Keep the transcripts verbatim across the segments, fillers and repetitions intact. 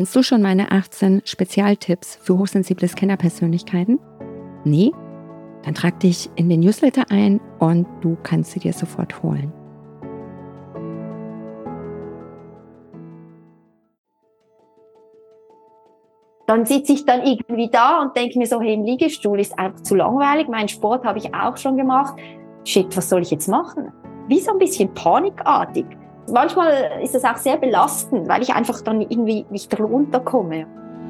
Kennst du schon meine achtzehn Spezialtipps für hochsensible Scannerpersönlichkeiten? Nee? Dann trag dich in den Newsletter ein und du kannst sie dir sofort holen. Dann sitze ich dann irgendwie da und denke mir so, hey, im Liegestuhl ist einfach zu langweilig. Meinen Sport habe ich auch schon gemacht. Shit, was soll ich jetzt machen? Wie so ein bisschen panikartig. Manchmal ist das auch sehr belastend, weil ich einfach dann irgendwie nicht runterkomme.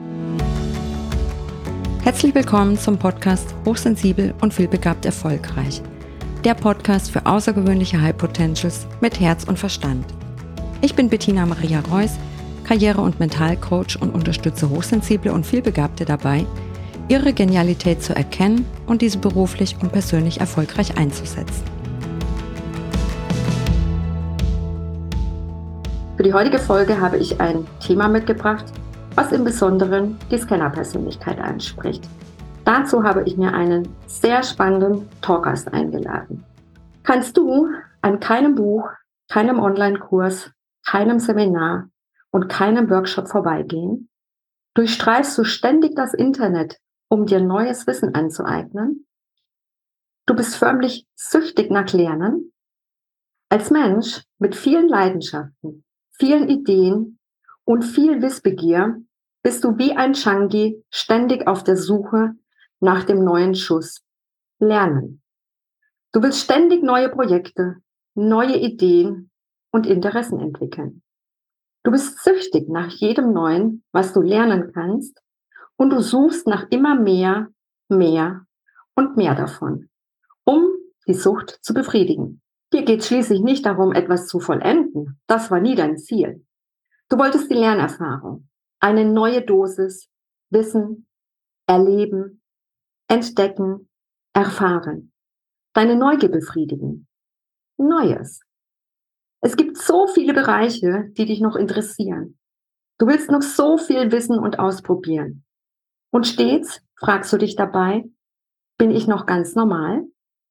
Herzlich willkommen zum Podcast Hochsensibel und vielbegabt erfolgreich. Der Podcast für außergewöhnliche High Potentials mit Herz und Verstand. Ich bin Bettina Maria Reuss, Karriere- und Mentalcoach und unterstütze Hochsensible und Vielbegabte dabei, ihre Genialität zu erkennen und diese beruflich und persönlich erfolgreich einzusetzen. Für die heutige Folge habe ich ein Thema mitgebracht, was im Besonderen die Scannerpersönlichkeit anspricht. Dazu habe ich mir einen sehr spannenden Talkgast eingeladen. Kannst du an keinem Buch, keinem Online-Kurs, keinem Seminar und keinem Workshop vorbeigehen? Durchstreifst du ständig das Internet, um dir neues Wissen anzueignen? Du bist förmlich süchtig nach Lernen? Als Mensch mit vielen Leidenschaften, vielen Ideen und viel Wissbegier bist du wie ein Junkie ständig auf der Suche nach dem neuen Schuss. Lernen. Du willst ständig neue Projekte, neue Ideen und Interessen entwickeln. Du bist süchtig nach jedem Neuen, was du lernen kannst, und du suchst nach immer mehr, mehr und mehr davon, um die Sucht zu befriedigen. Dir geht es schließlich nicht darum, etwas zu vollenden. Das war nie dein Ziel. Du wolltest die Lernerfahrung, eine neue Dosis, Wissen, erleben, entdecken, erfahren, deine Neugier befriedigen. Neues. Es gibt so viele Bereiche, die dich noch interessieren. Du willst noch so viel wissen und ausprobieren. Und stets fragst du dich dabei, bin ich noch ganz normal?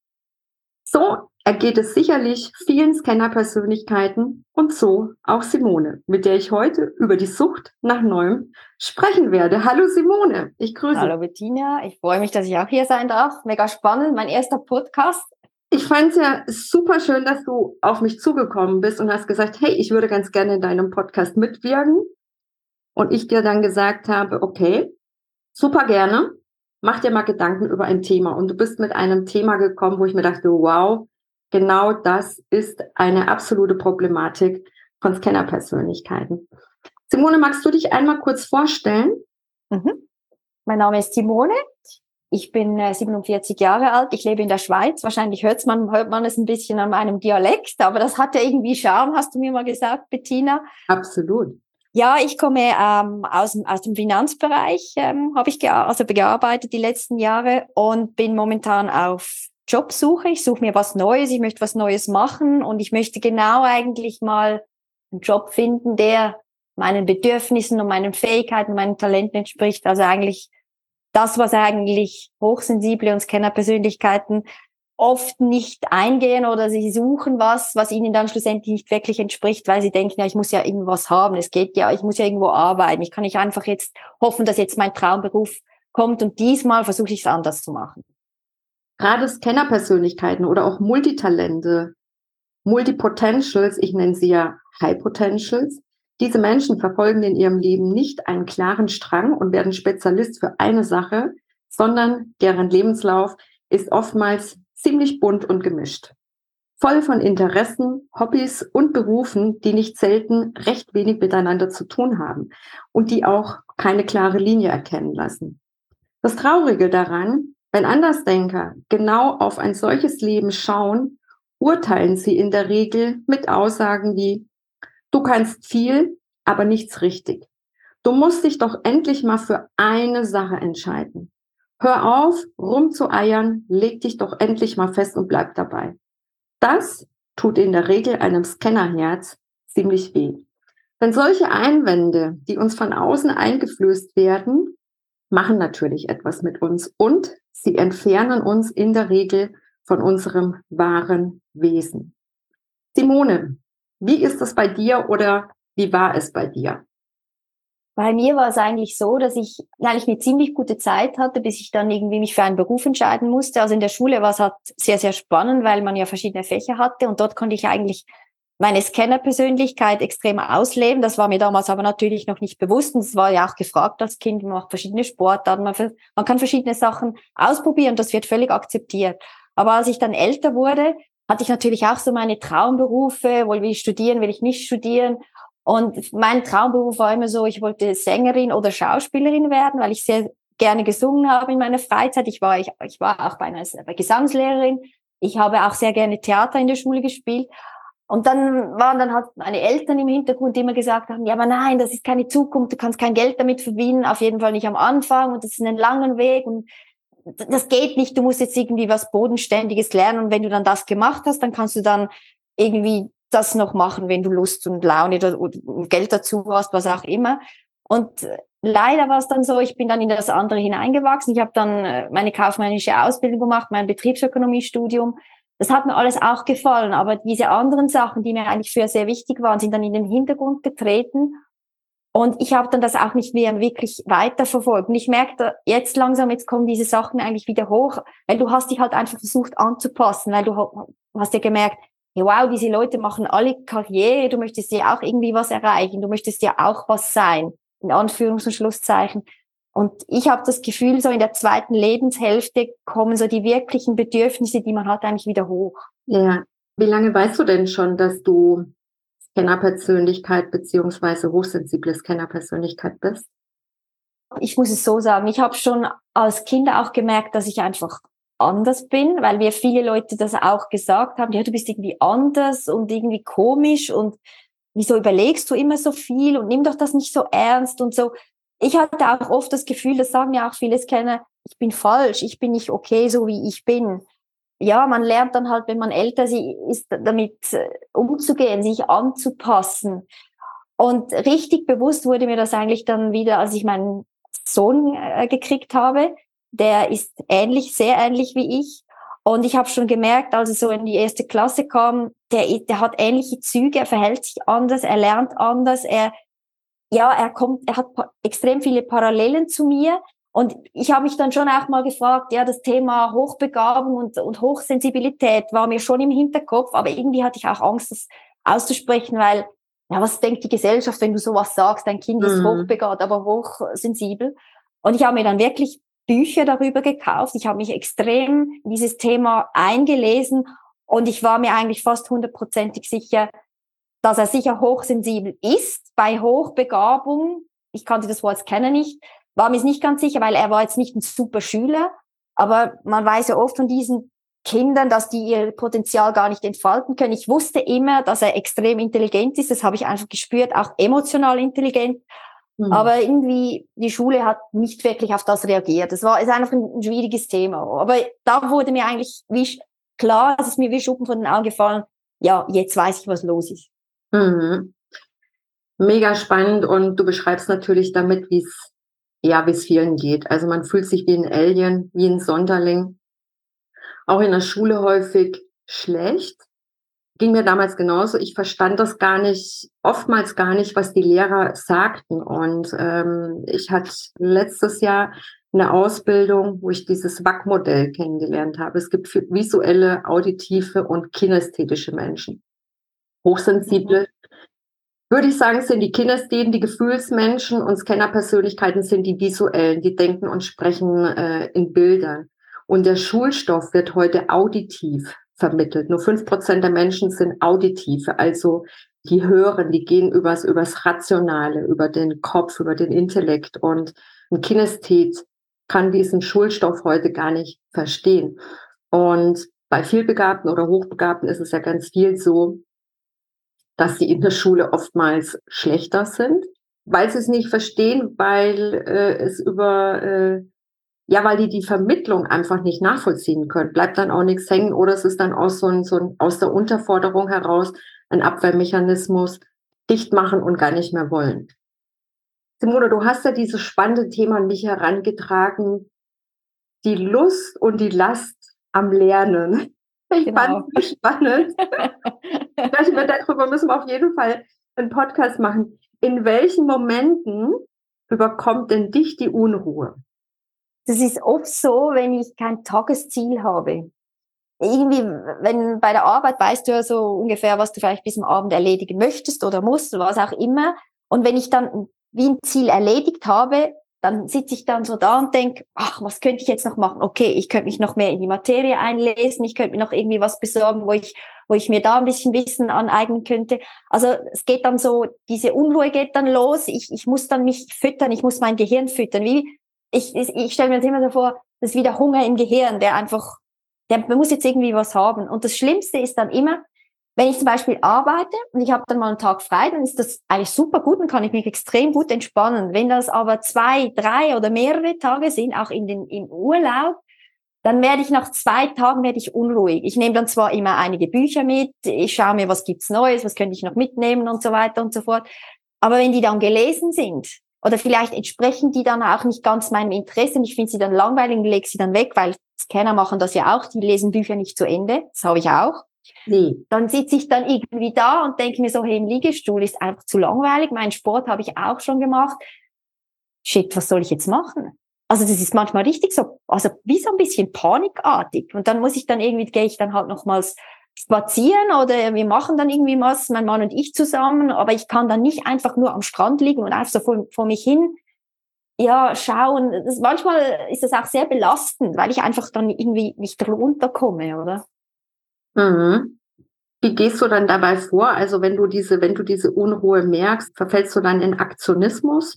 So ergeht es sicherlich vielen Scanner-Persönlichkeiten und so auch Simone, mit der ich heute über die Sucht nach Neuem sprechen werde. Hallo Simone, ich grüße. Hallo Bettina, ich freue mich, dass ich auch hier sein darf. Mega spannend, mein erster Podcast. Ich fand es ja super schön, dass du auf mich zugekommen bist und hast gesagt, hey, ich würde ganz gerne in deinem Podcast mitwirken. Und ich dir dann gesagt habe, okay, super gerne, mach dir mal Gedanken über ein Thema. Und du bist mit einem Thema gekommen, wo ich mir dachte, wow, genau das ist eine absolute Problematik von Scanner-Persönlichkeiten. Simone, magst du dich einmal kurz vorstellen? Mhm. Mein Name ist Simone. Ich bin äh, siebenundvierzig Jahre alt. Ich lebe in der Schweiz. Wahrscheinlich hört man, hört man es ein bisschen an meinem Dialekt, aber das hat ja irgendwie Charme, hast du mir mal gesagt, Bettina. Absolut. Ja, ich komme ähm, aus, aus dem Finanzbereich, ähm, habe ich gea- also gearbeitet die letzten Jahre und bin momentan auf Jobsuche. Ich suche mir was Neues, ich möchte was Neues machen und ich möchte genau eigentlich mal einen Job finden, der meinen Bedürfnissen und meinen Fähigkeiten, meinen Talenten entspricht. Also eigentlich das, was eigentlich hochsensible und Scanner-Persönlichkeiten oft nicht eingehen oder sie suchen was, was ihnen dann schlussendlich nicht wirklich entspricht, weil sie denken, ja, ich muss ja irgendwas haben, es geht ja, ich muss ja irgendwo arbeiten, ich kann nicht einfach jetzt hoffen, dass jetzt mein Traumberuf kommt und diesmal versuche ich es anders zu machen. Gerade Scanner-Persönlichkeiten oder auch Multitalente, Multipotentials, ich nenne sie ja High Potentials, diese Menschen verfolgen in ihrem Leben nicht einen klaren Strang und werden Spezialist für eine Sache, sondern deren Lebenslauf ist oftmals ziemlich bunt und gemischt. Voll von Interessen, Hobbys und Berufen, die nicht selten recht wenig miteinander zu tun haben und die auch keine klare Linie erkennen lassen. Das Traurige daran, wenn Andersdenker genau auf ein solches Leben schauen, urteilen sie in der Regel mit Aussagen wie: Du kannst viel, aber nichts richtig. Du musst dich doch endlich mal für eine Sache entscheiden. Hör auf, rumzueiern, leg dich doch endlich mal fest und bleib dabei. Das tut in der Regel einem Scannerherz ziemlich weh. Denn solche Einwände, die uns von außen eingeflößt werden, machen natürlich etwas mit uns und sie entfernen uns in der Regel von unserem wahren Wesen. Simone, wie ist es bei dir oder wie war es bei dir? Bei mir war es eigentlich so, dass ich eigentlich eine ziemlich gute Zeit hatte, bis ich dann irgendwie mich für einen Beruf entscheiden musste. Also in der Schule war es halt sehr, sehr spannend, weil man ja verschiedene Fächer hatte und dort konnte ich eigentlich meine Scanner-Persönlichkeit extrem ausleben. Das war mir damals aber natürlich noch nicht bewusst und es war ja auch gefragt als Kind. Man macht verschiedene Sportarten, man, man kann verschiedene Sachen ausprobieren, das wird völlig akzeptiert. Aber als ich dann älter wurde, hatte ich natürlich auch so meine Traumberufe, will ich studieren, will ich nicht studieren. Und mein Traumberuf war immer so, ich wollte Sängerin oder Schauspielerin werden, weil ich sehr gerne gesungen habe in meiner Freizeit. Ich war, ich, ich war auch bei einer bei Gesangslehrerin. Ich habe auch sehr gerne Theater in der Schule gespielt. Und dann waren dann halt meine Eltern im Hintergrund, die immer gesagt haben, ja, aber nein, das ist keine Zukunft, du kannst kein Geld damit verdienen, auf jeden Fall nicht am Anfang und das ist ein langer Weg und das geht nicht, du musst jetzt irgendwie was Bodenständiges lernen und wenn du dann das gemacht hast, dann kannst du dann irgendwie das noch machen, wenn du Lust und Laune oder, oder Geld dazu hast, was auch immer. Und leider war es dann so, ich bin dann in das andere hineingewachsen. Ich habe dann meine kaufmännische Ausbildung gemacht, mein Betriebsökonomiestudium. Das hat mir alles auch gefallen, aber diese anderen Sachen, die mir eigentlich für sehr wichtig waren, sind dann in den Hintergrund getreten. Und ich habe dann das auch nicht mehr wirklich weiterverfolgt. Und ich merke jetzt langsam, jetzt kommen diese Sachen eigentlich wieder hoch, weil du hast dich halt einfach versucht anzupassen, weil du hast ja gemerkt, hey, wow, diese Leute machen alle Karriere, du möchtest ja auch irgendwie was erreichen, du möchtest ja auch was sein, in Anführungs- und Schlusszeichen. Und ich habe das Gefühl, so in der zweiten Lebenshälfte kommen so die wirklichen Bedürfnisse, die man hat, eigentlich wieder hoch. Ja, wie lange weißt du denn schon, dass du Scanner-Persönlichkeit beziehungsweise hochsensible Scanner-Persönlichkeit bist? Ich muss es so sagen, ich habe schon als Kind auch gemerkt, dass ich einfach anders bin, weil mir viele Leute das auch gesagt haben, ja, du bist irgendwie anders und irgendwie komisch und wieso überlegst du immer so viel und nimm doch das nicht so ernst und so. Ich hatte auch oft das Gefühl, das sagen ja auch viele Scanner, ich bin falsch, ich bin nicht okay, so wie ich bin. Ja, man lernt dann halt, wenn man älter ist, damit umzugehen, sich anzupassen. Und richtig bewusst wurde mir das eigentlich dann wieder, als ich meinen Sohn äh, gekriegt habe. Der ist ähnlich, sehr ähnlich wie ich. Und ich habe schon gemerkt, als er so in die erste Klasse kam, der, der hat ähnliche Züge, er verhält sich anders, er lernt anders, er, ja, er kommt, er hat pa- extrem viele Parallelen zu mir. Und ich habe mich dann schon auch mal gefragt, ja, das Thema Hochbegabung und, und Hochsensibilität war mir schon im Hinterkopf, aber irgendwie hatte ich auch Angst, das auszusprechen, weil, ja, was denkt die Gesellschaft, wenn du sowas sagst, dein Kind ist Mhm. hochbegabt, aber hochsensibel. Und ich habe mir dann wirklich Bücher darüber gekauft. Ich habe mich extrem in dieses Thema eingelesen und ich war mir eigentlich fast hundertprozentig sicher, dass er sicher hochsensibel ist. Bei Hochbegabung, ich kannte das Wort Scanner nicht, war mir nicht ganz sicher, weil er war jetzt nicht ein super Schüler, aber man weiß ja oft von diesen Kindern, dass die ihr Potenzial gar nicht entfalten können. Ich wusste immer, dass er extrem intelligent ist, das habe ich einfach gespürt, auch emotional intelligent. Mhm. Aber irgendwie, die Schule hat nicht wirklich auf das reagiert. Das war, ist einfach ein, ein schwieriges Thema. Aber da wurde mir eigentlich wie klar, es ist mir wie Schuppen von den Augen gefallen, ja, jetzt weiß ich, was los ist. Mhm. Mega spannend und du beschreibst natürlich damit, wie es ja, wie es vielen geht. Also man fühlt sich wie ein Alien, wie ein Sonderling. Auch in der Schule häufig schlecht. Ging mir damals genauso. Ich verstand das gar nicht, oftmals gar nicht, was die Lehrer sagten. Und ähm, ich hatte letztes Jahr eine Ausbildung, wo ich dieses W A C-Modell kennengelernt habe. Es gibt für visuelle, auditive und kinästhetische Menschen. Hochsensible, würde ich sagen, sind die Kinästheten, die Gefühlsmenschen und Scanner-Persönlichkeiten sind die visuellen, die denken und sprechen äh, in Bildern. Und der Schulstoff wird heute auditiv vermittelt. Nur fünf Prozent der Menschen sind auditive, also die hören, die gehen übers, übers Rationale, über den Kopf, über den Intellekt. Und ein Kinästhet kann diesen Schulstoff heute gar nicht verstehen. Und bei Vielbegabten oder Hochbegabten ist es ja ganz viel so, dass sie in der Schule oftmals schlechter sind, weil sie es nicht verstehen, weil äh, es über, äh, ja, weil die die Vermittlung einfach nicht nachvollziehen können. Bleibt dann auch nichts hängen oder es ist dann auch so ein, so ein aus der Unterforderung heraus ein Abwehrmechanismus, dicht machen und gar nicht mehr wollen. Simone, du hast ja dieses spannende Thema an mich herangetragen, die Lust und die Last am Lernen. Ich Genau. fand es spannend. Darüber müssen wir auf jeden Fall einen Podcast machen. In welchen Momenten überkommt denn dich die Unruhe? Das ist oft so, wenn ich kein Tagesziel habe. Irgendwie, wenn bei der Arbeit weißt du ja so ungefähr, was du vielleicht bis zum Abend erledigen möchtest oder musst oder was auch immer. Und wenn ich dann wie ein Ziel erledigt habe, dann sitze ich dann so da und denke, ach, was könnte ich jetzt noch machen? Okay, ich könnte mich noch mehr in die Materie einlesen, ich könnte mir noch irgendwie was besorgen, wo ich, wo ich mir da ein bisschen Wissen aneignen könnte. Also es geht dann so, diese Unruhe geht dann los, ich, ich muss dann mich füttern, ich muss mein Gehirn füttern. Wie, ich, ich, ich stelle mir das immer so vor, das ist wie der Hunger im Gehirn, der einfach, der, man muss jetzt irgendwie was haben. Und das Schlimmste ist dann immer, wenn ich zum Beispiel arbeite und ich habe dann mal einen Tag frei, dann ist das eigentlich super gut, dann kann ich mich extrem gut entspannen. Wenn das aber zwei, drei oder mehrere Tage sind, auch in den, im Urlaub, dann werde ich nach zwei Tagen werde ich unruhig. Ich nehme dann zwar immer einige Bücher mit, ich schaue mir, was gibt's Neues, was könnte ich noch mitnehmen und so weiter und so fort. Aber wenn die dann gelesen sind, oder vielleicht entsprechen die dann auch nicht ganz meinem Interesse und ich finde sie dann langweilig und lege sie dann weg, weil Scanner machen das ja auch, die lesen Bücher nicht zu Ende, das habe ich auch. Nee. Dann sitze ich dann irgendwie da und denke mir so, hey, im Liegestuhl ist einfach zu langweilig, meinen Sport habe ich auch schon gemacht. Shit, was soll ich jetzt machen? Also das ist manchmal richtig so, also wie so ein bisschen panikartig. Und dann muss ich dann irgendwie, gehe ich dann halt nochmals spazieren oder wir machen dann irgendwie was, mein Mann und ich zusammen, aber ich kann dann nicht einfach nur am Strand liegen und einfach so vor, vor mich hin ja, schauen. Das, manchmal ist das auch sehr belastend, weil ich einfach dann irgendwie nicht runterkomme, oder? Mhm. Wie gehst du dann dabei vor? Also wenn du diese, wenn du diese Unruhe merkst, verfällst du dann in Aktionismus?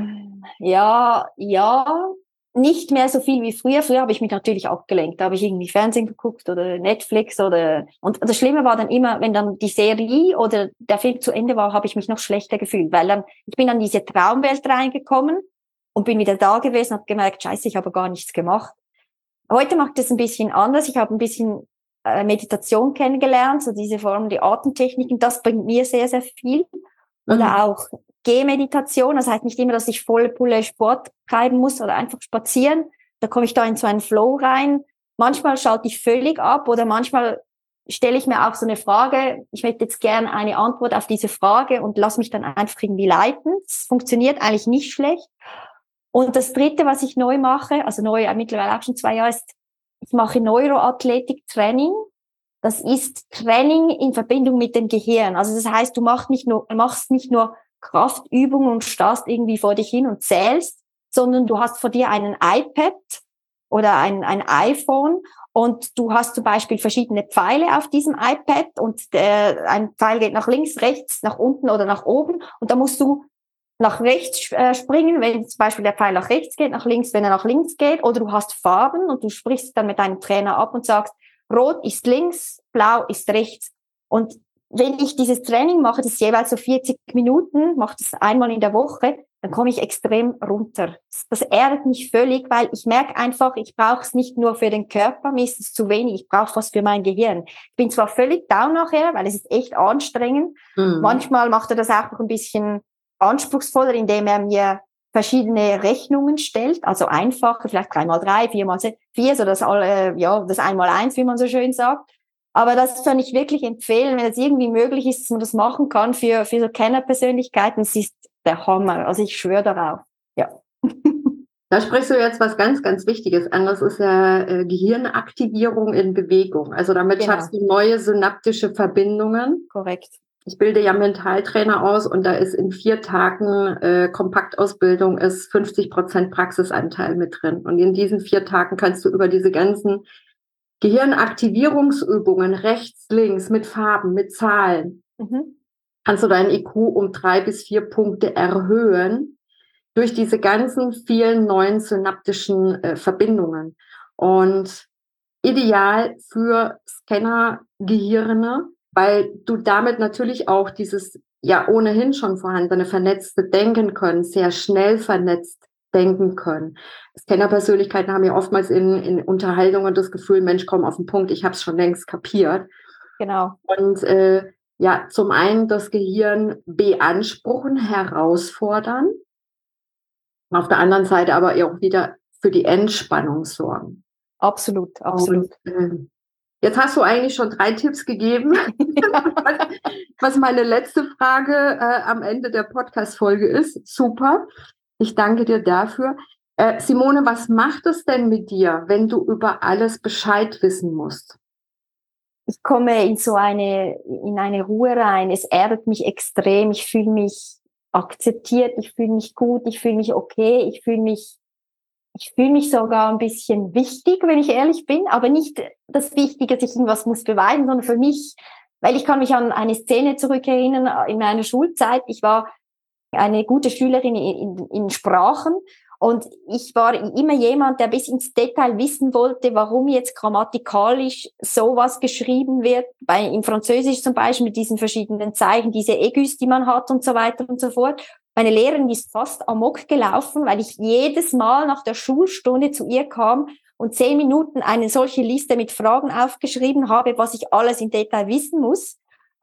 Ja, ja, nicht mehr so viel wie früher. Früher habe ich mich natürlich abgelenkt. Da habe ich irgendwie Fernsehen geguckt oder Netflix oder, und das Schlimme war dann immer, wenn dann die Serie oder der Film zu Ende war, habe ich mich noch schlechter gefühlt, weil dann, ich bin an diese Traumwelt reingekommen und bin wieder da gewesen und habe gemerkt, scheiße, ich habe gar nichts gemacht. Heute macht es ein bisschen anders. Ich habe ein bisschen äh, Meditation kennengelernt, so diese Form, die Atemtechniken, das bringt mir sehr, sehr viel. Oder mhm. auch Gehmeditation, das heißt nicht immer, dass ich volle Pulle Sport treiben muss oder einfach spazieren. Da komme ich da in so einen Flow rein. Manchmal schalte ich völlig ab oder manchmal stelle ich mir auch so eine Frage, ich möchte jetzt gerne eine Antwort auf diese Frage und lasse mich dann einfach irgendwie leiten. Das funktioniert eigentlich nicht schlecht. Und das Dritte, was ich neu mache, also neu, mittlerweile auch schon zwei Jahre, ist, ich mache Neuroathletik-Training. Das ist Training in Verbindung mit dem Gehirn. Also das heißt, du machst nicht nur, machst nicht nur Kraftübungen und starrst irgendwie vor dich hin und zählst, sondern du hast vor dir einen iPad oder ein, ein iPhone und du hast zum Beispiel verschiedene Pfeile auf diesem iPad und der, ein Pfeil geht nach links, rechts, nach unten oder nach oben und da musst du nach rechts äh, springen, wenn zum Beispiel der Pfeil nach rechts geht, nach links, wenn er nach links geht, oder du hast Farben und du sprichst dann mit deinem Trainer ab und sagst, rot ist links, blau ist rechts. Und wenn ich dieses Training mache, das ist jeweils so vierzig Minuten, mache das einmal in der Woche, dann komme ich extrem runter. Das erdet mich völlig, weil ich merke einfach, ich brauche es nicht nur für den Körper, mir ist es zu wenig, ich brauche was für mein Gehirn. Ich bin zwar völlig down nachher, weil es ist echt anstrengend. Mhm. Manchmal macht er das auch noch ein bisschen anspruchsvoller, indem er mir verschiedene Rechnungen stellt, also einfacher, vielleicht drei mal drei, vier mal vier, so das alle, ja, das einmal eins, wie man so schön sagt. Aber das kann ich wirklich empfehlen, wenn es irgendwie möglich ist, dass man das machen kann für, für so Kennerpersönlichkeiten. Es ist der Hammer. Also ich schwöre darauf. Ja. Da sprichst du jetzt was ganz, ganz Wichtiges an. Das ist ja äh, Gehirnaktivierung in Bewegung. Also damit genau. schaffst du neue synaptische Verbindungen. Korrekt. Ich bilde ja Mentaltrainer aus und da ist in vier Tagen äh, Kompaktausbildung ist fünfzig Prozent Praxisanteil mit drin. Und in diesen vier Tagen kannst du über diese ganzen Gehirnaktivierungsübungen rechts, links, mit Farben, mit Zahlen, mhm. kannst du deinen I Q um drei bis vier Punkte erhöhen durch diese ganzen vielen neuen synaptischen äh, Verbindungen. Und ideal für Scanner-Gehirne, weil du damit natürlich auch dieses ja ohnehin schon vorhandene vernetzte Denken können, sehr schnell vernetzt denken können. Scanner-Persönlichkeiten haben ja oftmals in, in Unterhaltungen das Gefühl, Mensch, komm auf den Punkt, ich habe es schon längst kapiert. Genau. Und äh, ja, zum einen das Gehirn beanspruchen, herausfordern, auf der anderen Seite aber auch wieder für die Entspannung sorgen. Absolut, absolut. Und, äh, jetzt hast du eigentlich schon drei Tipps gegeben, was meine letzte Frage äh, am Ende der Podcast-Folge ist. Super. Ich danke dir dafür. Äh, Simone, was macht es denn mit dir, wenn du über alles Bescheid wissen musst? Ich komme in so eine, in eine Ruhe rein. Es erdet mich extrem. Ich fühle mich akzeptiert. Ich fühle mich gut. Ich fühle mich okay. Ich fühle mich, ich fühle mich sogar ein bisschen wichtig, wenn ich ehrlich bin. Aber nicht das Wichtige, dass ich irgendwas muss beweisen, sondern für mich, weil ich kann mich an eine Szene zurückerinnern in meiner Schulzeit. Ich war eine gute Schülerin in, in, in Sprachen. Und ich war immer jemand, der bis ins Detail wissen wollte, warum jetzt grammatikalisch sowas geschrieben wird. Bei, im Französisch zum Beispiel mit diesen verschiedenen Zeichen, diese Aigus, die man hat und so weiter und so fort. Meine Lehrerin ist fast amok gelaufen, weil ich jedes Mal nach der Schulstunde zu ihr kam und zehn Minuten eine solche Liste mit Fragen aufgeschrieben habe, was ich alles im Detail wissen muss.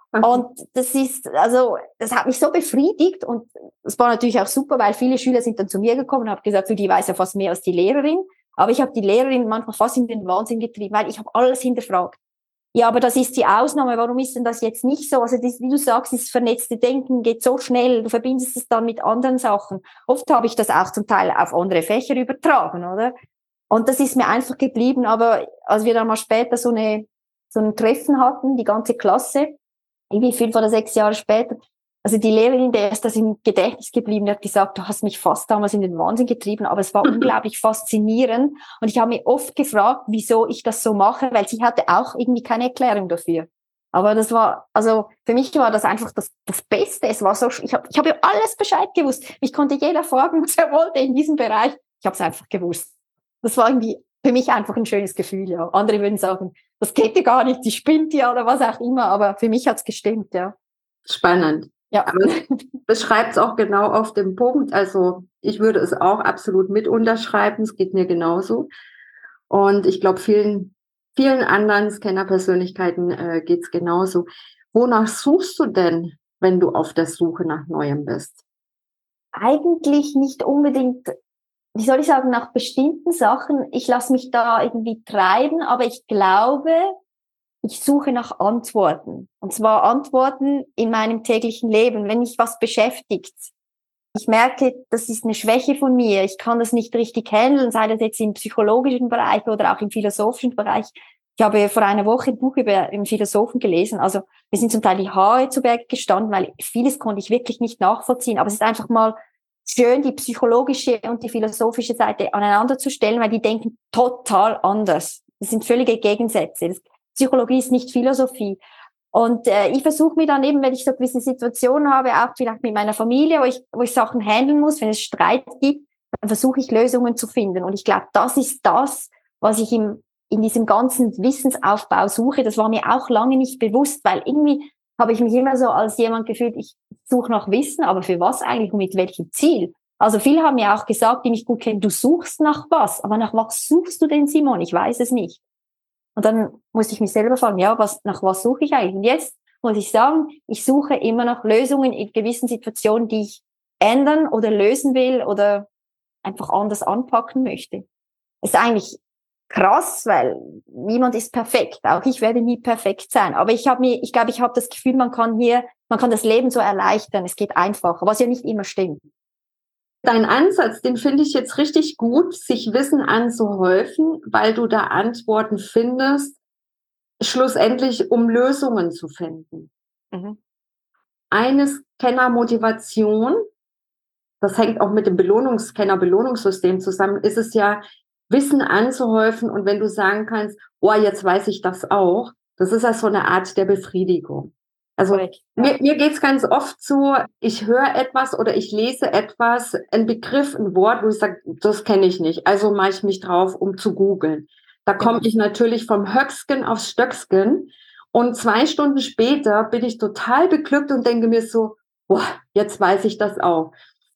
Und das ist, also, das hat mich so befriedigt und es war natürlich auch super, weil viele Schüler sind dann zu mir gekommen und haben gesagt, du, die weiß ja fast mehr als die Lehrerin. Aber ich habe die Lehrerin manchmal fast in den Wahnsinn getrieben, weil ich habe alles hinterfragt. Ja, aber das ist die Ausnahme. Warum ist denn das jetzt nicht so? Also, das, wie du sagst, das vernetzte Denken geht so schnell. Du verbindest es dann mit anderen Sachen. Oft habe ich das auch zum Teil auf andere Fächer übertragen, oder? Und das ist mir einfach geblieben. Aber als wir dann mal später so eine, so ein Treffen hatten, die ganze Klasse, irgendwie fünf oder sechs Jahre später, also die Lehrerin, der ist das im Gedächtnis geblieben, die hat gesagt, du hast mich fast damals in den Wahnsinn getrieben, aber es war unglaublich faszinierend und ich habe mich oft gefragt, wieso ich das so mache, weil sie hatte auch irgendwie keine Erklärung dafür. Aber das war, also für mich war das einfach das, das Beste. Es war so, ich habe ich hab ja alles Bescheid gewusst. Mich konnte jeder fragen, was er wollte in diesem Bereich. Ich habe es einfach gewusst. Das war irgendwie für mich einfach ein schönes Gefühl, ja. Andere würden sagen, das geht ja gar nicht, die spinnt ja oder was auch immer, aber für mich hat's gestimmt, ja. Spannend. Ja. Aber es beschreibt es auch genau auf den Punkt. Also ich würde es auch absolut mit unterschreiben, es geht mir genauso. Und ich glaube, vielen, vielen anderen Scanner-Persönlichkeiten äh, geht es genauso. Wonach suchst du denn, wenn du auf der Suche nach Neuem bist? Eigentlich nicht unbedingt, wie soll ich sagen, nach bestimmten Sachen. Ich lasse mich da irgendwie treiben, aber ich glaube, ich suche nach Antworten. Und zwar Antworten in meinem täglichen Leben, wenn mich was beschäftigt. Ich merke, das ist eine Schwäche von mir. Ich kann das nicht richtig handeln, sei das jetzt im psychologischen Bereich oder auch im philosophischen Bereich. Ich habe vor einer Woche ein Buch über einen Philosophen gelesen. Also mir sind zum Teil die Haare zu Berge gestanden, weil vieles konnte ich wirklich nicht nachvollziehen. Aber es ist einfach mal schön, die psychologische und die philosophische Seite aneinander zu stellen, weil die denken total anders. Das sind völlige Gegensätze. Das, Psychologie ist nicht Philosophie. Und äh, ich versuche mir dann eben, wenn ich so gewisse Situationen habe, auch vielleicht mit meiner Familie, wo ich, wo ich Sachen handeln muss, wenn es Streit gibt, dann versuche ich Lösungen zu finden. Und ich glaube, das ist das, was ich im, in diesem ganzen Wissensaufbau suche. Das war mir auch lange nicht bewusst, weil irgendwie habe ich mich immer so als jemand gefühlt, ich suche nach Wissen, aber für was eigentlich und mit welchem Ziel? Also viele haben mir auch gesagt, die mich gut kennen, du suchst nach was, aber nach was suchst du denn, Simon? Ich weiß es nicht. Und dann musste ich mich selber fragen, ja, was, nach was suche ich eigentlich? Und jetzt muss ich sagen, ich suche immer nach Lösungen in gewissen Situationen, die ich ändern oder lösen will oder einfach anders anpacken möchte. Das ist eigentlich krass, weil niemand ist perfekt. Auch ich werde nie perfekt sein. Aber ich habe mir, ich glaube, ich habe das Gefühl, man kann hier, man kann das Leben so erleichtern. Es geht einfacher, was ja nicht immer stimmt. Dein Ansatz, den finde ich jetzt richtig gut, sich Wissen anzuhäufen, weil du da Antworten findest, schlussendlich um Lösungen zu finden. Mhm. Eine Scanner-Motivation, das hängt auch mit dem Belohnungs-Scanner-Belohnungssystem zusammen, ist es ja, Wissen anzuhäufen und wenn du sagen kannst, oh, jetzt weiß ich das auch, das ist ja so eine Art der Befriedigung. Also ja. mir, mir geht's ganz oft so, ich höre etwas oder ich lese etwas, ein Begriff, ein Wort, wo ich sage, das kenne ich nicht, also mache ich mich drauf, um zu googeln. Da ja. komme ich natürlich vom Höcksken aufs Stöcksken und zwei Stunden später bin ich total beglückt und denke mir so, boah, jetzt weiß ich das auch.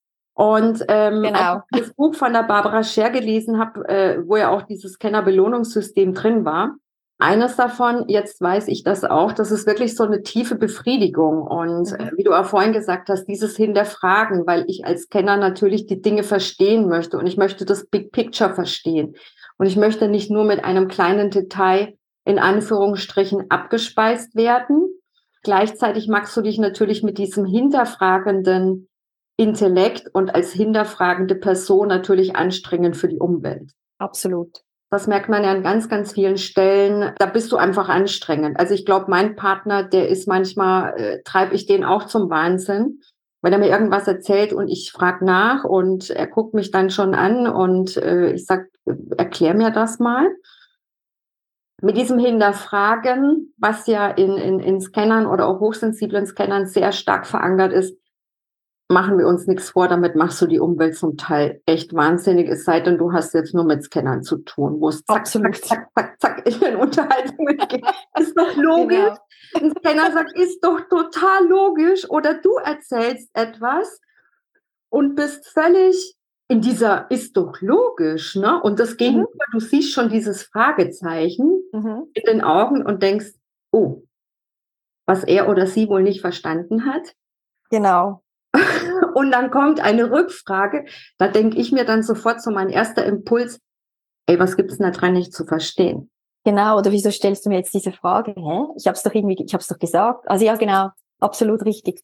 Und ähm, genau. als ich das Buch von der Barbara Scher gelesen habe, äh, wo ja auch dieses Scanner-Belohnungssystem drin war, eines davon, jetzt weiß ich das auch, das ist wirklich so eine tiefe Befriedigung. Und äh, wie du auch vorhin gesagt hast, dieses Hinterfragen, weil ich als Scanner natürlich die Dinge verstehen möchte und ich möchte das Big Picture verstehen. Und ich möchte nicht nur mit einem kleinen Detail in Anführungsstrichen abgespeist werden. Gleichzeitig magst du dich natürlich mit diesem hinterfragenden Intellekt und als hinterfragende Person natürlich anstrengend für die Umwelt. Absolut. Das merkt man ja an ganz, ganz vielen Stellen. Da bist du einfach anstrengend. Also ich glaube, mein Partner, der ist manchmal, äh, treibe ich den auch zum Wahnsinn, weil er mir irgendwas erzählt und ich frage nach und er guckt mich dann schon an und äh, ich sage, erklär mir das mal. Mit diesem Hinterfragen, was ja in, in, in Scannern oder auch hochsensiblen Scannern sehr stark verankert ist, machen wir uns nichts vor, damit machst du die Umwelt zum Teil echt wahnsinnig, es sei denn, du hast jetzt nur mit Scannern zu tun, wo es zack, zack, zack, zack, zack in den Unterhaltungen geht. Ist doch logisch. Genau. Ein Scanner sagt, ist doch total logisch. Oder du erzählst etwas und bist völlig in dieser, ist doch logisch, ne? Und das Gegenüber, mhm. du siehst schon dieses Fragezeichen mhm. in den Augen und denkst, oh, was er oder sie wohl nicht verstanden hat. Genau. Und dann kommt eine Rückfrage, da denke ich mir dann sofort so mein erster Impuls, ey, was gibt es denn da dran nicht zu verstehen? Genau, oder wieso stellst du mir jetzt diese Frage? Hä? Ich habe es doch irgendwie, ich habe es doch gesagt. Also ja, genau, absolut richtig.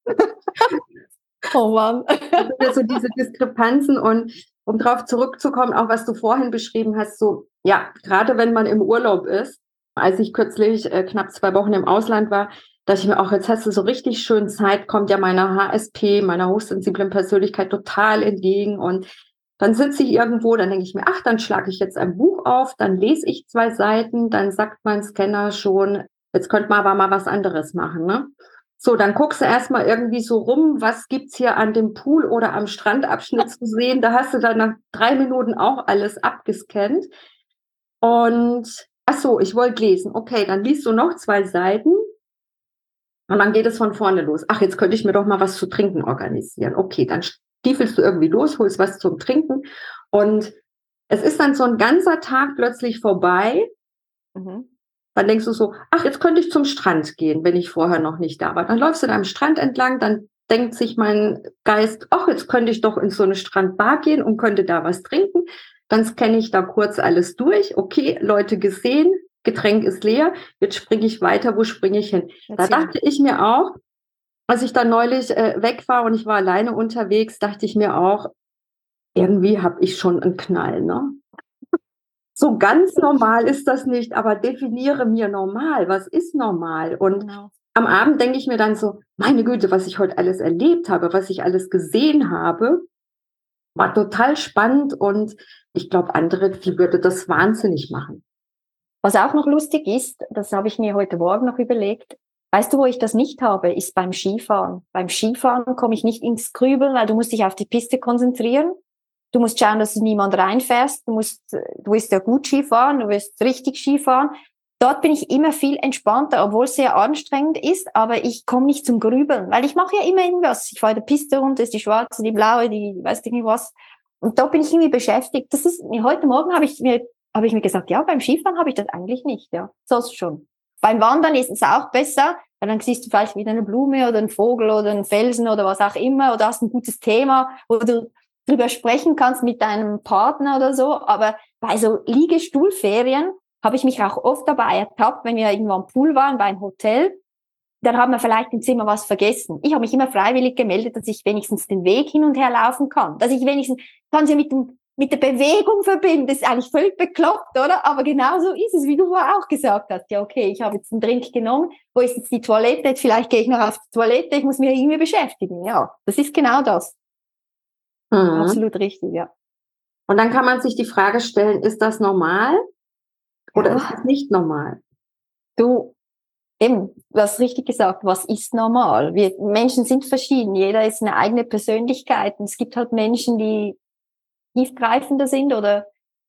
Oh Mann. Also diese Diskrepanzen und um darauf zurückzukommen, auch was du vorhin beschrieben hast, so, ja, gerade wenn man im Urlaub ist, als ich kürzlich äh, knapp zwei Wochen im Ausland war, dass ich mir auch, jetzt hast du so richtig schön Zeit, kommt ja meiner H S P, meiner hochsensiblen Persönlichkeit total entgegen und dann sitze ich irgendwo, dann denke ich mir, ach, dann schlage ich jetzt ein Buch auf, dann lese ich zwei Seiten, dann sagt mein Scanner schon, jetzt könnte man aber mal was anderes machen, ne? So, dann guckst du erstmal irgendwie so rum, was gibt's hier an dem Pool oder am Strandabschnitt zu sehen, da hast du dann nach drei Minuten auch alles abgescannt und, ach so, ich wollte lesen, okay, dann liest du noch zwei Seiten. Und dann geht es von vorne los. Ach, jetzt könnte ich mir doch mal was zu trinken organisieren. Okay, dann stiefelst du irgendwie los, holst was zum Trinken. Und es ist dann so ein ganzer Tag plötzlich vorbei. Mhm. Dann denkst du so, ach, jetzt könnte ich zum Strand gehen, wenn ich vorher noch nicht da war. Dann läufst du da am Strand entlang, dann denkt sich mein Geist, ach, jetzt könnte ich doch in so eine Strandbar gehen und könnte da was trinken. Dann scanne ich da kurz alles durch. Okay, Leute gesehen. Getränk ist leer, jetzt springe ich weiter, wo springe ich hin? Da dachte ich mir auch, als ich dann neulich äh, weg war und ich war alleine unterwegs, dachte ich mir auch, irgendwie habe ich schon einen Knall, ne? So ganz normal ist das nicht, aber definiere mir normal, was ist normal? Und genau. Am Abend denke ich mir dann so, meine Güte, was ich heute alles erlebt habe, was ich alles gesehen habe, war total spannend und ich glaube, andere, die würde das wahnsinnig machen. Was auch noch lustig ist, das habe ich mir heute Morgen noch überlegt, weißt du, wo ich das nicht habe, ist beim Skifahren. Beim Skifahren komme ich nicht ins Grübeln, weil du musst dich auf die Piste konzentrieren. Du musst schauen, dass du niemand reinfährst. Du musst, du willst ja gut Skifahren, du willst richtig Skifahren. Dort bin ich immer viel entspannter, obwohl es sehr anstrengend ist, aber ich komme nicht zum Grübeln, weil ich mache ja immer irgendwas. Ich fahre die Piste runter, ist die schwarze, die blaue, die weiß ich nicht was. Und da bin ich irgendwie beschäftigt. Das ist, heute Morgen habe ich mir habe ich mir gesagt, ja, beim Skifahren habe ich das eigentlich nicht, ja, sonst schon. Beim Wandern ist es auch besser, weil dann siehst du vielleicht wieder eine Blume oder einen Vogel oder einen Felsen oder was auch immer oder hast ein gutes Thema, wo du drüber sprechen kannst mit deinem Partner oder so, aber bei so Liegestuhlferien habe ich mich auch oft dabei ertappt, wenn wir irgendwo am Pool waren, bei einem Hotel, dann haben wir vielleicht im Zimmer was vergessen. Ich habe mich immer freiwillig gemeldet, dass ich wenigstens den Weg hin und her laufen kann, dass ich wenigstens, kann sie mit dem mit der Bewegung verbinden, das ist eigentlich völlig bekloppt, oder? Aber genau so ist es, wie du vorher auch gesagt hast. Ja, okay, ich habe jetzt einen Drink genommen, wo ist jetzt die Toilette? Jetzt vielleicht gehe ich noch auf die Toilette, ich muss mich irgendwie beschäftigen. Ja, das ist genau das. Mhm. Absolut richtig, ja. Und dann kann man sich die Frage stellen, ist das normal oder ja. ist das nicht normal? Du, eben, du hast richtig gesagt, was ist normal? Wir Menschen sind verschieden, jeder ist eine eigene Persönlichkeit und es gibt halt Menschen, die tiefgreifender sind oder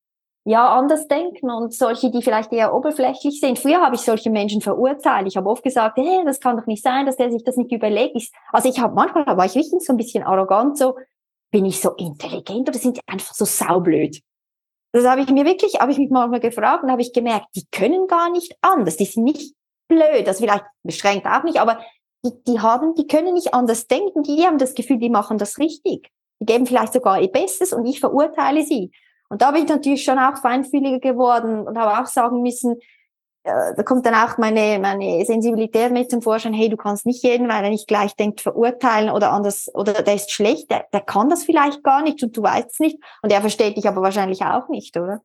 ja anders denken und solche, die vielleicht eher oberflächlich sind. Früher habe ich solche Menschen verurteilt. Ich habe oft gesagt, hey, das kann doch nicht sein, dass der sich das nicht überlegt. Also ich habe manchmal war ich richtig so ein bisschen arrogant, so bin ich so intelligent oder sind die einfach so saublöd? Das habe ich mir wirklich, habe ich mich manchmal gefragt und habe ich gemerkt, die können gar nicht anders. Die sind nicht blöd, also vielleicht beschränkt auch nicht, aber die, die haben, die können nicht anders denken. Die haben das Gefühl, die machen das richtig. Die geben vielleicht sogar ihr Bestes und ich verurteile sie. Und da bin ich natürlich schon auch feinfühliger geworden und habe auch sagen müssen, äh, da kommt dann auch meine, meine Sensibilität mit zum Vorschein, hey, du kannst nicht jeden, weil er nicht gleich denkt, verurteilen oder anders, oder der ist schlecht, der, der kann das vielleicht gar nicht und du weißt es nicht und er versteht dich aber wahrscheinlich auch nicht, oder?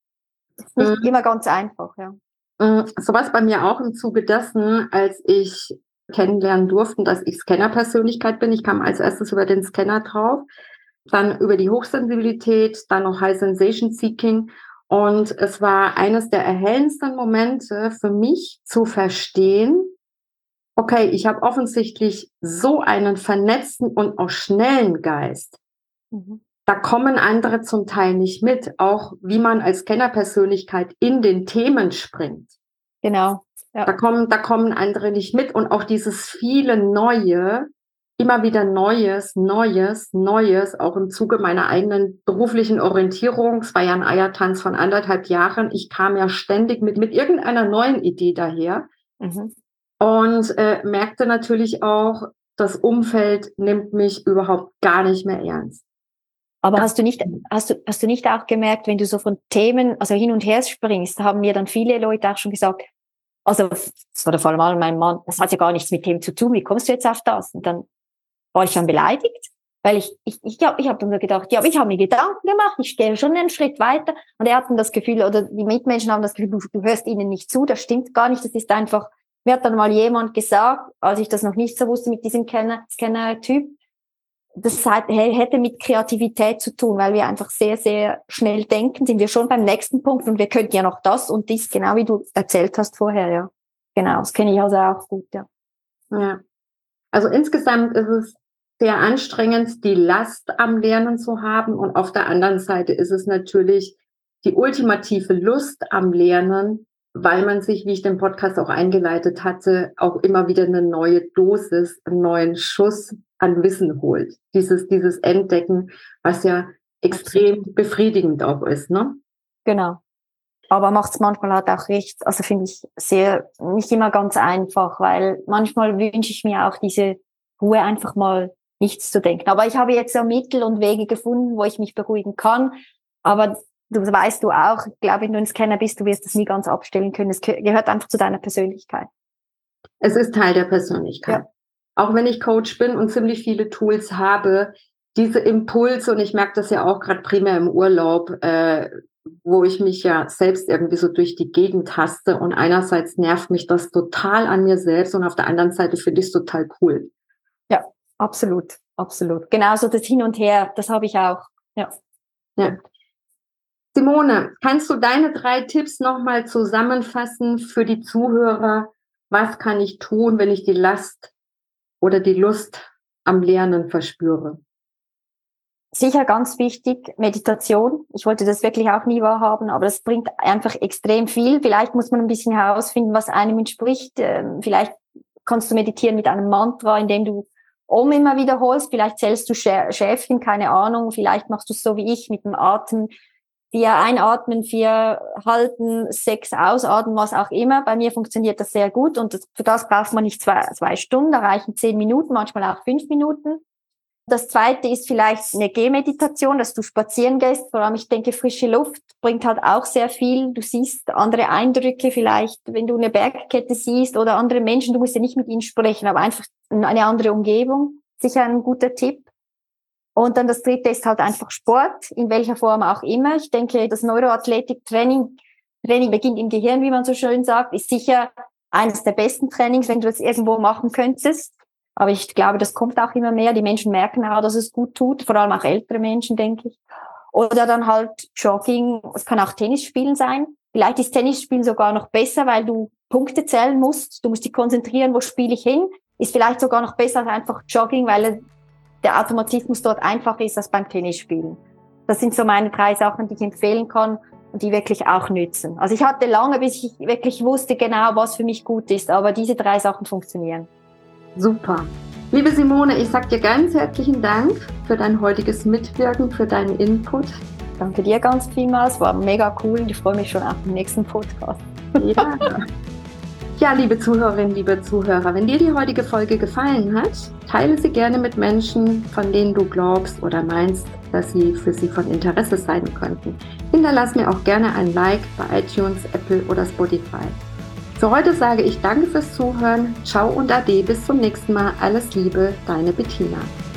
Ist nicht mhm. immer ganz einfach, ja. So war es bei mir auch im Zuge dessen, als ich kennenlernen durfte, dass ich Scanner-Persönlichkeit bin. Ich kam als erstes über den Scanner drauf, dann über die Hochsensibilität, dann noch High Sensation Seeking. Und es war eines der erhellendsten Momente für mich zu verstehen, okay, ich habe offensichtlich so einen vernetzten und auch schnellen Geist. Mhm. Da kommen andere zum Teil nicht mit, auch wie man als Scanner-Persönlichkeit in den Themen springt. Genau. Ja. Da kommen, da kommen andere nicht mit und auch dieses viele Neue, immer wieder Neues, Neues, Neues, auch im Zuge meiner eigenen beruflichen Orientierung. Es war ja ein Eiertanz von anderthalb Jahren. Ich kam ja ständig mit, mit irgendeiner neuen Idee daher mhm. und äh, merkte natürlich auch, das Umfeld nimmt mich überhaupt gar nicht mehr ernst. Aber hast du nicht, hast du, hast du nicht auch gemerkt, wenn du so von Themen, also hin und her springst, haben mir dann viele Leute auch schon gesagt, also, das war vor allem mein Mann, das hat ja gar nichts mit dem zu tun, wie kommst du jetzt auf das? Und dann war ich dann beleidigt, weil ich, ich, ich habe ich hab dann gedacht, ja, aber ich habe mir Gedanken gemacht, ich gehe schon einen Schritt weiter. Und er hatten das Gefühl, oder die Mitmenschen haben das Gefühl, du, du hörst ihnen nicht zu, das stimmt gar nicht, das ist einfach, mir hat dann mal jemand gesagt, als ich das noch nicht so wusste mit diesem Scanner-Typ, das hätte mit Kreativität zu tun, weil wir einfach sehr, sehr schnell denken, sind wir schon beim nächsten Punkt und wir könnten ja noch das und dies, genau wie du erzählt hast vorher, ja. Genau, das kenne ich also auch gut, ja. Ja. Also insgesamt ist es sehr anstrengend, die Last am Lernen zu haben und auf der anderen Seite ist es natürlich die ultimative Lust am Lernen, weil man sich, wie ich den Podcast auch eingeleitet hatte, auch immer wieder eine neue Dosis, einen neuen Schuss an Wissen holt. Dieses, dieses Entdecken, was ja extrem befriedigend auch ist, ne? Genau. Aber macht es manchmal halt auch recht, also finde ich sehr, nicht immer ganz einfach, weil manchmal wünsche ich mir auch diese Ruhe, einfach mal nichts zu denken. Aber ich habe jetzt so Mittel und Wege gefunden, wo ich mich beruhigen kann. Aber du weißt du auch, ich glaube, wenn du ein Scanner bist, du wirst das nie ganz abstellen können. Es gehört einfach zu deiner Persönlichkeit. Es ist Teil der Persönlichkeit. Ja. Auch wenn ich Coach bin und ziemlich viele Tools habe, diese Impulse, und ich merke das ja auch gerade primär im Urlaub, äh, wo ich mich ja selbst irgendwie so durch die Gegend taste und einerseits nervt mich das total an mir selbst und auf der anderen Seite finde ich es total cool. Ja, absolut, absolut. Genauso das Hin und Her, das habe ich auch. Ja. Ja. Simone, kannst du deine drei Tipps nochmal zusammenfassen für die Zuhörer? Was kann ich tun, wenn ich die Last oder die Lust am Lernen verspüre? Sicher ganz wichtig, Meditation. Ich wollte das wirklich auch nie wahrhaben, aber das bringt einfach extrem viel. Vielleicht muss man ein bisschen herausfinden, was einem entspricht. Vielleicht kannst du meditieren mit einem Mantra, indem du Om immer wiederholst. Vielleicht zählst du Schäfchen, keine Ahnung. Vielleicht machst du es so wie ich mit dem Atem. Vier einatmen, vier halten, sechs ausatmen, was auch immer. Bei mir funktioniert das sehr gut und für das braucht man nicht zwei, zwei Stunden, da reichen zehn Minuten, manchmal auch fünf Minuten. Das zweite ist vielleicht eine Gehmeditation, dass du spazieren gehst. Vor allem, ich denke, frische Luft bringt halt auch sehr viel. Du siehst andere Eindrücke vielleicht, wenn du eine Bergkette siehst oder andere Menschen. Du musst ja nicht mit ihnen sprechen, aber einfach eine andere Umgebung. Sicher ein guter Tipp. Und dann das dritte ist halt einfach Sport, in welcher Form auch immer. Ich denke, das Neuroathletik-Training, Training beginnt im Gehirn, wie man so schön sagt, ist sicher eines der besten Trainings, wenn du das irgendwo machen könntest. Aber ich glaube, das kommt auch immer mehr. Die Menschen merken auch, dass es gut tut, vor allem auch ältere Menschen, denke ich. Oder dann halt Jogging, es kann auch Tennisspielen sein. Vielleicht ist Tennisspielen sogar noch besser, weil du Punkte zählen musst. Du musst dich konzentrieren, wo spiele ich hin. Ist vielleicht sogar noch besser als einfach Jogging, weil der Automatismus dort einfacher ist als beim Tennisspielen. Das sind so meine drei Sachen, die ich empfehlen kann und die wirklich auch nützen. Also ich hatte lange, bis ich wirklich wusste genau, was für mich gut ist, aber diese drei Sachen funktionieren. Super. Liebe Simone, ich sage dir ganz herzlichen Dank für dein heutiges Mitwirken, für deinen Input. Danke dir ganz vielmals, war mega cool und ich freue mich schon auf den nächsten Podcast. Ja. Ja, liebe Zuhörerinnen, liebe Zuhörer, wenn dir die heutige Folge gefallen hat, teile sie gerne mit Menschen, von denen du glaubst oder meinst, dass sie für sie von Interesse sein könnten. Hinterlass mir auch gerne ein Like bei iTunes, Apple oder Spotify. Für heute sage ich danke fürs Zuhören, ciao und ade, bis zum nächsten Mal, alles Liebe, deine Bettina.